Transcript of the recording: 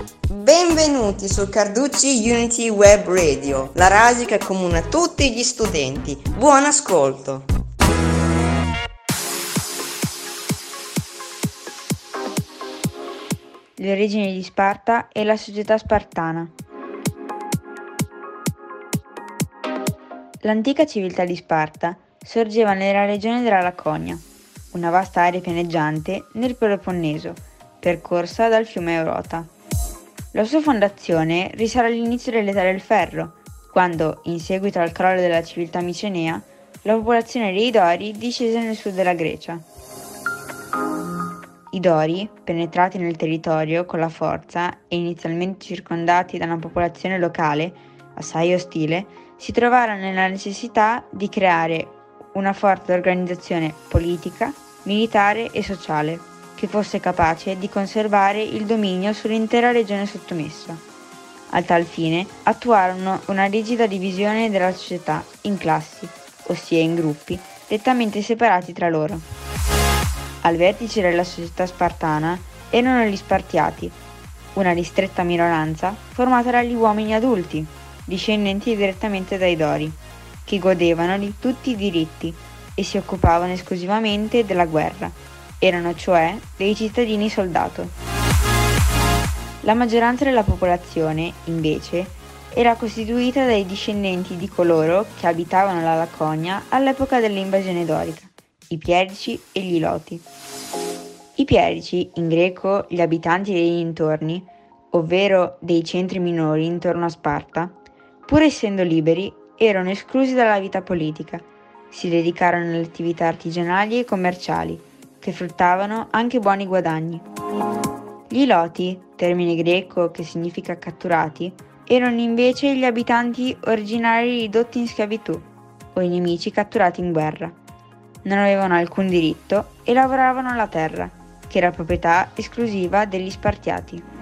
Benvenuti su Carducci Unity Web Radio, la radio che accomuna tutti gli studenti. Buon ascolto! Le origini di Sparta e la società spartana. L'antica civiltà di Sparta sorgeva nella regione della Laconia, una vasta area pianeggiante nel Peloponneso, percorsa dal fiume Eurota. La sua fondazione risale all'inizio dell'età del ferro, quando, in seguito al crollo della civiltà micenea, la popolazione dei Dori discese nel sud della Grecia. I Dori, penetrati nel territorio con la forza e inizialmente circondati da una popolazione locale assai ostile, si trovarono nella necessità di creare una forte organizzazione politica, militare e sociale, che fosse capace di conservare il dominio sull'intera regione sottomessa. A tal fine attuarono una rigida divisione della società in classi, ossia in gruppi, nettamente separati tra loro. Al vertice della società spartana erano gli Spartiati, una ristretta minoranza formata dagli uomini adulti, discendenti direttamente dai Dori, che godevano di tutti i diritti e si occupavano esclusivamente della guerra. Erano cioè dei cittadini soldato. La maggioranza della popolazione, invece, era costituita dai discendenti di coloro che abitavano la Laconia all'epoca dell'invasione dorica, i Pierici e gli Iloti. I Pierici, in greco gli abitanti dei dintorni, ovvero dei centri minori intorno a Sparta, pur essendo liberi, erano esclusi dalla vita politica. Si dedicarono alle attività artigianali e commerciali, che fruttavano anche buoni guadagni. Gli Iloti, termine greco che significa catturati, erano invece gli abitanti originari ridotti in schiavitù o i nemici catturati in guerra. Non avevano alcun diritto e lavoravano la terra, che era proprietà esclusiva degli Spartiati.